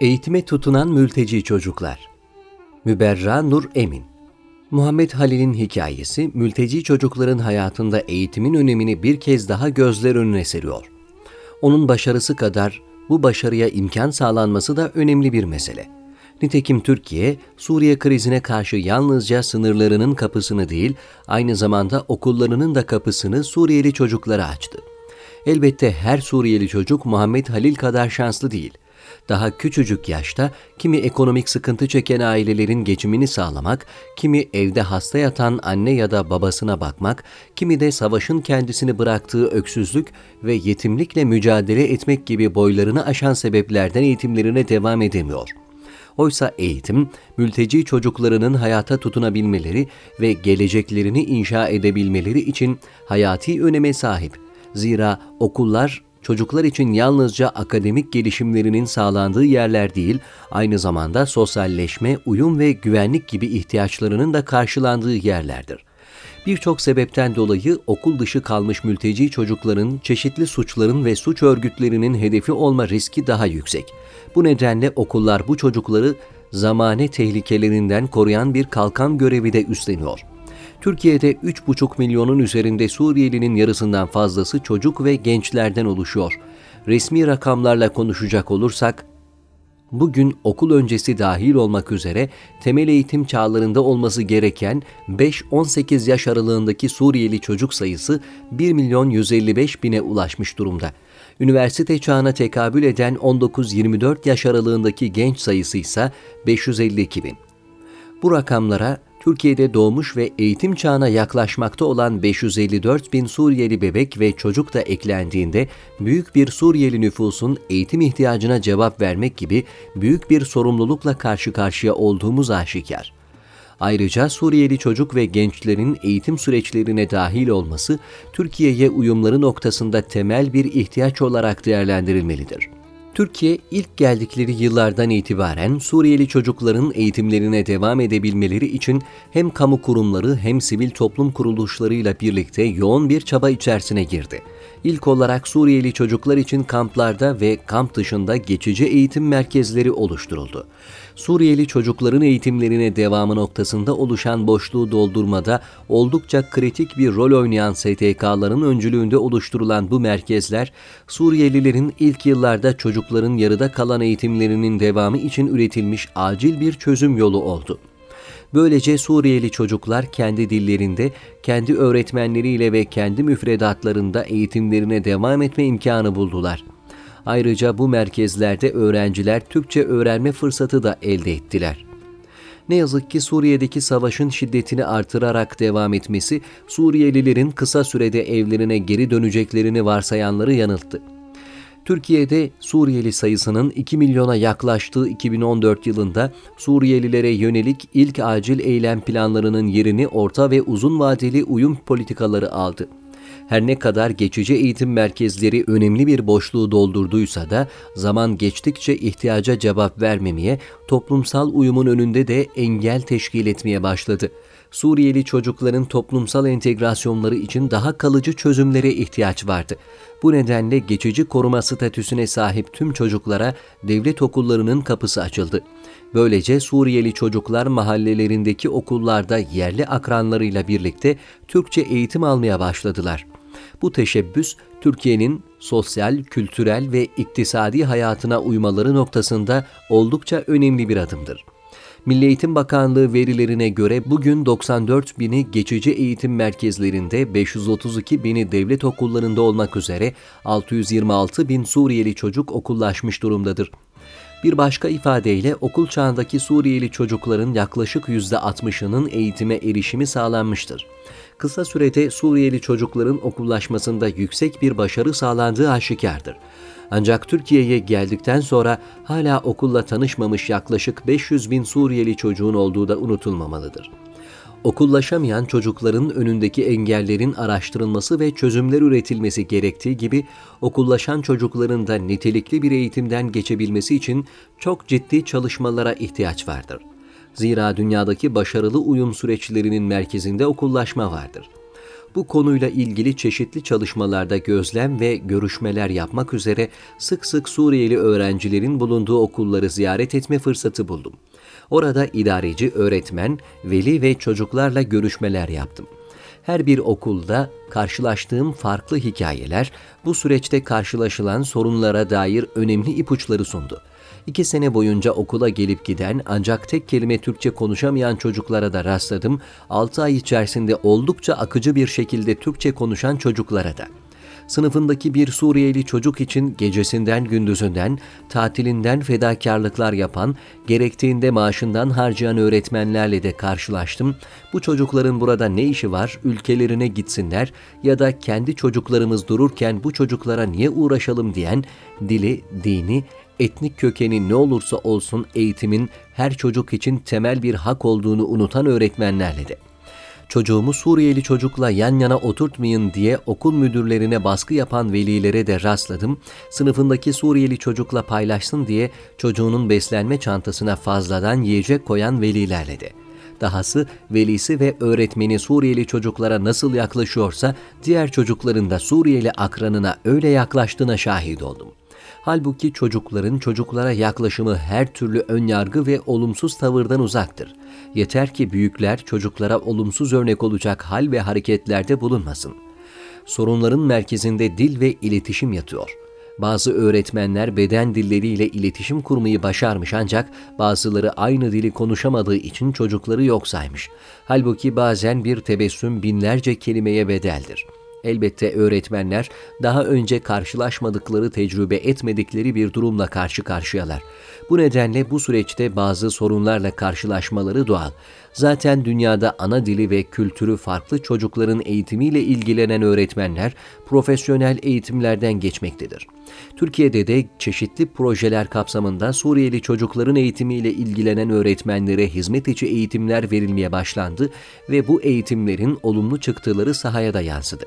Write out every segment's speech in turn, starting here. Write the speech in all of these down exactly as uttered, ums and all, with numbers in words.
Eğitime tutunan mülteci çocuklar. Müberra Nur Emin. Muhammed Halil'in hikayesi, mülteci çocukların hayatında eğitimin önemini bir kez daha gözler önüne seriyor. Onun başarısı kadar bu başarıya imkan sağlanması da önemli bir mesele. Nitekim Türkiye, Suriye krizine karşı yalnızca sınırlarının kapısını değil, aynı zamanda okullarının da kapısını Suriyeli çocuklara açtı. Elbette her Suriyeli çocuk Muhammed Halil kadar şanslı değil. Daha küçücük yaşta kimi ekonomik sıkıntı çeken ailelerin geçimini sağlamak, kimi evde hasta yatan anne ya da babasına bakmak, kimi de savaşın kendisini bıraktığı öksüzlük ve yetimlikle mücadele etmek gibi boylarını aşan sebeplerden eğitimlerine devam edemiyor. Oysa eğitim, mülteci çocuklarının hayata tutunabilmeleri ve geleceklerini inşa edebilmeleri için hayati öneme sahip. Zira okullar, çocuklar için yalnızca akademik gelişimlerinin sağlandığı yerler değil, aynı zamanda sosyalleşme, uyum ve güvenlik gibi ihtiyaçlarının da karşılandığı yerlerdir. Birçok sebepten dolayı okul dışı kalmış mülteci çocukların çeşitli suçların ve suç örgütlerinin hedefi olma riski daha yüksek. Bu nedenle okullar bu çocukları zamane tehlikelerinden koruyan bir kalkan görevi de üstleniyor. Türkiye'de üç buçuk milyonun üzerinde Suriyelinin yarısından fazlası çocuk ve gençlerden oluşuyor. Resmi rakamlarla konuşacak olursak, bugün okul öncesi dahil olmak üzere temel eğitim çağlarında olması gereken beş on sekiz yaş aralığındaki Suriyeli çocuk sayısı bir milyon yüz elli beş bine ulaşmış durumda. Üniversite çağına tekabül eden on dokuz yirmi dört yaş aralığındaki genç sayısı ise beş yüz elli iki bin. Bu rakamlara Türkiye'de doğmuş ve eğitim çağına yaklaşmakta olan beş yüz elli dört bin Suriyeli bebek ve çocuk da eklendiğinde büyük bir Suriyeli nüfusun eğitim ihtiyacına cevap vermek gibi büyük bir sorumlulukla karşı karşıya olduğumuz aşikar. Ayrıca Suriyeli çocuk ve gençlerin eğitim süreçlerine dahil olması Türkiye'ye uyumları noktasında temel bir ihtiyaç olarak değerlendirilmelidir. Türkiye, ilk geldikleri yıllardan itibaren Suriyeli çocukların eğitimlerine devam edebilmeleri için hem kamu kurumları hem sivil toplum kuruluşlarıyla birlikte yoğun bir çaba içerisine girdi. İlk olarak Suriyeli çocuklar için kamplarda ve kamp dışında geçici eğitim merkezleri oluşturuldu. Suriyeli çocukların eğitimlerine devamı noktasında oluşan boşluğu doldurmada oldukça kritik bir rol oynayan S T K'ların öncülüğünde oluşturulan bu merkezler, Suriyelilerin ilk yıllarda çocukların yarıda kalan eğitimlerinin devamı için üretilmiş acil bir çözüm yolu oldu. Böylece Suriyeli çocuklar kendi dillerinde, kendi öğretmenleriyle ve kendi müfredatlarında eğitimlerine devam etme imkanı buldular. Ayrıca bu merkezlerde öğrenciler Türkçe öğrenme fırsatı da elde ettiler. Ne yazık ki Suriye'deki savaşın şiddetini artırarak devam etmesi, Suriyelilerin kısa sürede evlerine geri döneceklerini varsayanları yanılttı. Türkiye'de Suriyeli sayısının iki milyona yaklaştığı iki bin on dört yılında Suriyelilere yönelik ilk acil eylem planlarının yerini orta ve uzun vadeli uyum politikaları aldı. Her ne kadar geçici eğitim merkezleri önemli bir boşluğu doldurduysa da zaman geçtikçe ihtiyaca cevap vermemeye, toplumsal uyumun önünde de engel teşkil etmeye başladı. Suriyeli çocukların toplumsal entegrasyonları için daha kalıcı çözümlere ihtiyaç vardı. Bu nedenle geçici koruma statüsüne sahip tüm çocuklara devlet okullarının kapısı açıldı. Böylece Suriyeli çocuklar mahallelerindeki okullarda yerli akranlarıyla birlikte Türkçe eğitim almaya başladılar. Bu teşebbüs, Türkiye'nin sosyal, kültürel ve iktisadi hayatına uymaları noktasında oldukça önemli bir adımdır. Milli Eğitim Bakanlığı verilerine göre bugün doksan dört bini geçici eğitim merkezlerinde, beş yüz otuz iki bini devlet okullarında olmak üzere altı yüz yirmi altı bin Suriyeli çocuk okullaşmış durumdadır. Bir başka ifadeyle okul çağındaki Suriyeli çocukların yaklaşık yüzde altmışının eğitime erişimi sağlanmıştır. Kısa sürede Suriyeli çocukların okullaşmasında yüksek bir başarı sağlandığı aşikardır. Ancak Türkiye'ye geldikten sonra hala okulla tanışmamış yaklaşık beş yüz bin Suriyeli çocuğun olduğu da unutulmamalıdır. Okullaşamayan çocukların önündeki engellerin araştırılması ve çözümler üretilmesi gerektiği gibi okullaşan çocukların da nitelikli bir eğitimden geçebilmesi için çok ciddi çalışmalara ihtiyaç vardır. Zira dünyadaki başarılı uyum süreçlerinin merkezinde okullaşma vardır. Bu konuyla ilgili çeşitli çalışmalarda gözlem ve görüşmeler yapmak üzere sık sık Suriyeli öğrencilerin bulunduğu okulları ziyaret etme fırsatı buldum. Orada idareci, öğretmen, veli ve çocuklarla görüşmeler yaptım. Her bir okulda karşılaştığım farklı hikayeler, bu süreçte karşılaşılan sorunlara dair önemli ipuçları sundu. İki sene boyunca okula gelip giden ancak tek kelime Türkçe konuşamayan çocuklara da rastladım, altı ay içerisinde oldukça akıcı bir şekilde Türkçe konuşan çocuklara da. Sınıfındaki bir Suriyeli çocuk için gecesinden gündüzünden, tatilinden fedakarlıklar yapan, gerektiğinde maaşından harcayan öğretmenlerle de karşılaştım. Bu çocukların burada ne işi var, ülkelerine gitsinler ya da kendi çocuklarımız dururken bu çocuklara niye uğraşalım diyen, dili, dini, etnik kökeni ne olursa olsun eğitimin her çocuk için temel bir hak olduğunu unutan öğretmenlerle de. Çocuğumu Suriyeli çocukla yan yana oturtmayın diye okul müdürlerine baskı yapan velilere de rastladım. Sınıfındaki Suriyeli çocukla paylaşsın diye çocuğunun beslenme çantasına fazladan yiyecek koyan velilerle de. Dahası velisi ve öğretmeni Suriyeli çocuklara nasıl yaklaşıyorsa diğer çocukların da Suriyeli akranına öyle yaklaştığına şahit oldum. Halbuki çocukların çocuklara yaklaşımı her türlü önyargı ve olumsuz tavırdan uzaktır. Yeter ki büyükler çocuklara olumsuz örnek olacak hal ve hareketlerde bulunmasın. Sorunların merkezinde dil ve iletişim yatıyor. Bazı öğretmenler beden dilleriyle iletişim kurmayı başarmış ancak bazıları aynı dili konuşamadığı için çocukları yok saymış. Halbuki bazen bir tebessüm binlerce kelimeye bedeldir. Elbette öğretmenler daha önce karşılaşmadıkları, tecrübe etmedikleri bir durumla karşı karşıyalar. Bu nedenle bu süreçte bazı sorunlarla karşılaşmaları doğal. Zaten dünyada ana dili ve kültürü farklı çocukların eğitimiyle ilgilenen öğretmenler profesyonel eğitimlerden geçmektedir. Türkiye'de de çeşitli projeler kapsamında Suriyeli çocukların eğitimiyle ilgilenen öğretmenlere hizmet içi eğitimler verilmeye başlandı ve bu eğitimlerin olumlu çıktıları sahaya da yansıdı.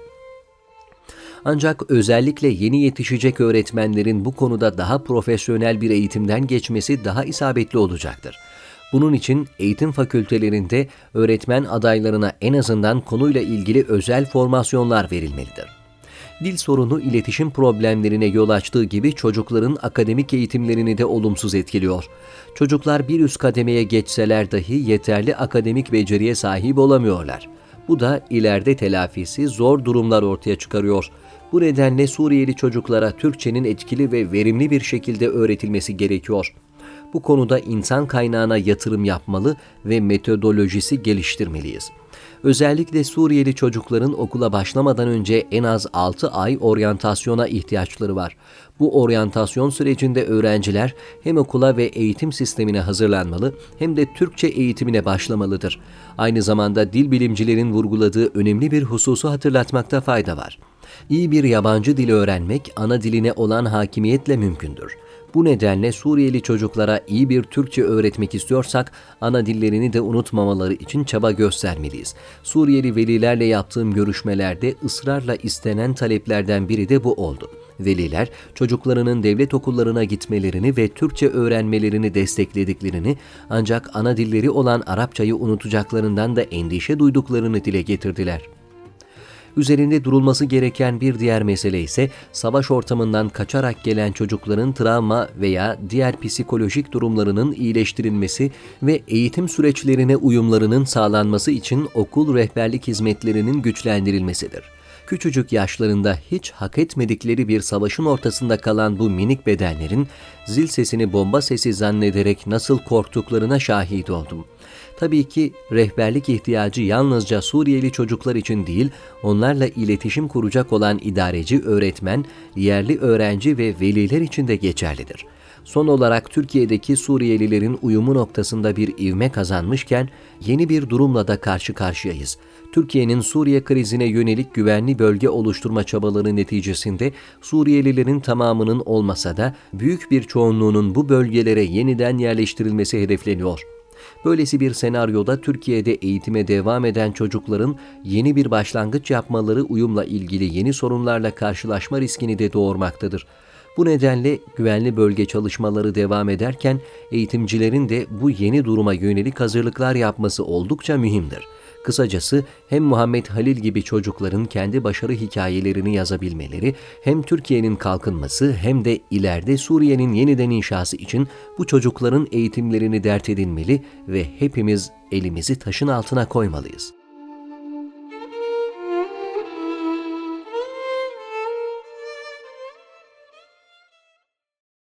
Ancak özellikle yeni yetişecek öğretmenlerin bu konuda daha profesyonel bir eğitimden geçmesi daha isabetli olacaktır. Bunun için eğitim fakültelerinde öğretmen adaylarına en azından konuyla ilgili özel formasyonlar verilmelidir. Dil sorunu iletişim problemlerine yol açtığı gibi çocukların akademik eğitimlerini de olumsuz etkiliyor. Çocuklar bir üst kademeye geçseler dahi yeterli akademik beceriye sahip olamıyorlar. Bu da ileride telafisi zor durumlar ortaya çıkarıyor. Bu nedenle Suriyeli çocuklara Türkçenin etkili ve verimli bir şekilde öğretilmesi gerekiyor. Bu konuda insan kaynağına yatırım yapmalı ve metodolojisi geliştirmeliyiz. Özellikle Suriyeli çocukların okula başlamadan önce en az altı ay oryantasyona ihtiyaçları var. Bu oryantasyon sürecinde öğrenciler hem okula ve eğitim sistemine hazırlanmalı hem de Türkçe eğitimine başlamalıdır. Aynı zamanda dil bilimcilerin vurguladığı önemli bir hususu hatırlatmakta fayda var. İyi bir yabancı dili öğrenmek ana diline olan hakimiyetle mümkündür. Bu nedenle Suriyeli çocuklara iyi bir Türkçe öğretmek istiyorsak ana dillerini de unutmamaları için çaba göstermeliyiz. Suriyeli velilerle yaptığım görüşmelerde ısrarla istenen taleplerden biri de bu oldu. Veliler çocuklarının devlet okullarına gitmelerini ve Türkçe öğrenmelerini desteklediklerini ancak ana dilleri olan Arapçayı unutacaklarından da endişe duyduklarını dile getirdiler. Üzerinde durulması gereken bir diğer mesele ise savaş ortamından kaçarak gelen çocukların travma veya diğer psikolojik durumlarının iyileştirilmesi ve eğitim süreçlerine uyumlarının sağlanması için okul rehberlik hizmetlerinin güçlendirilmesidir. Küçücük yaşlarında hiç hak etmedikleri bir savaşın ortasında kalan bu minik bedenlerin zil sesini bomba sesi zannederek nasıl korktuklarına şahit oldum. Tabii ki rehberlik ihtiyacı yalnızca Suriyeli çocuklar için değil, onlarla iletişim kuracak olan idareci, öğretmen, yerli öğrenci ve veliler için de geçerlidir. Son olarak Türkiye'deki Suriyelilerin uyumu noktasında bir ivme kazanmışken yeni bir durumla da karşı karşıyayız. Türkiye'nin Suriye krizine yönelik güvenli bölge oluşturma çabaları neticesinde Suriyelilerin tamamının olmasa da büyük bir çoğunluğunun bu bölgelere yeniden yerleştirilmesi hedefleniyor. Böylesi bir senaryoda Türkiye'de eğitime devam eden çocukların yeni bir başlangıç yapmaları uyumla ilgili yeni sorunlarla karşılaşma riskini de doğurmaktadır. Bu nedenle güvenli bölge çalışmaları devam ederken eğitimcilerin de bu yeni duruma yönelik hazırlıklar yapması oldukça mühimdir. Kısacası hem Muhammed Halil gibi çocukların kendi başarı hikayelerini yazabilmeleri, hem Türkiye'nin kalkınması hem de ileride Suriye'nin yeniden inşası için bu çocukların eğitimlerini dert edinmeli ve hepimiz elimizi taşın altına koymalıyız.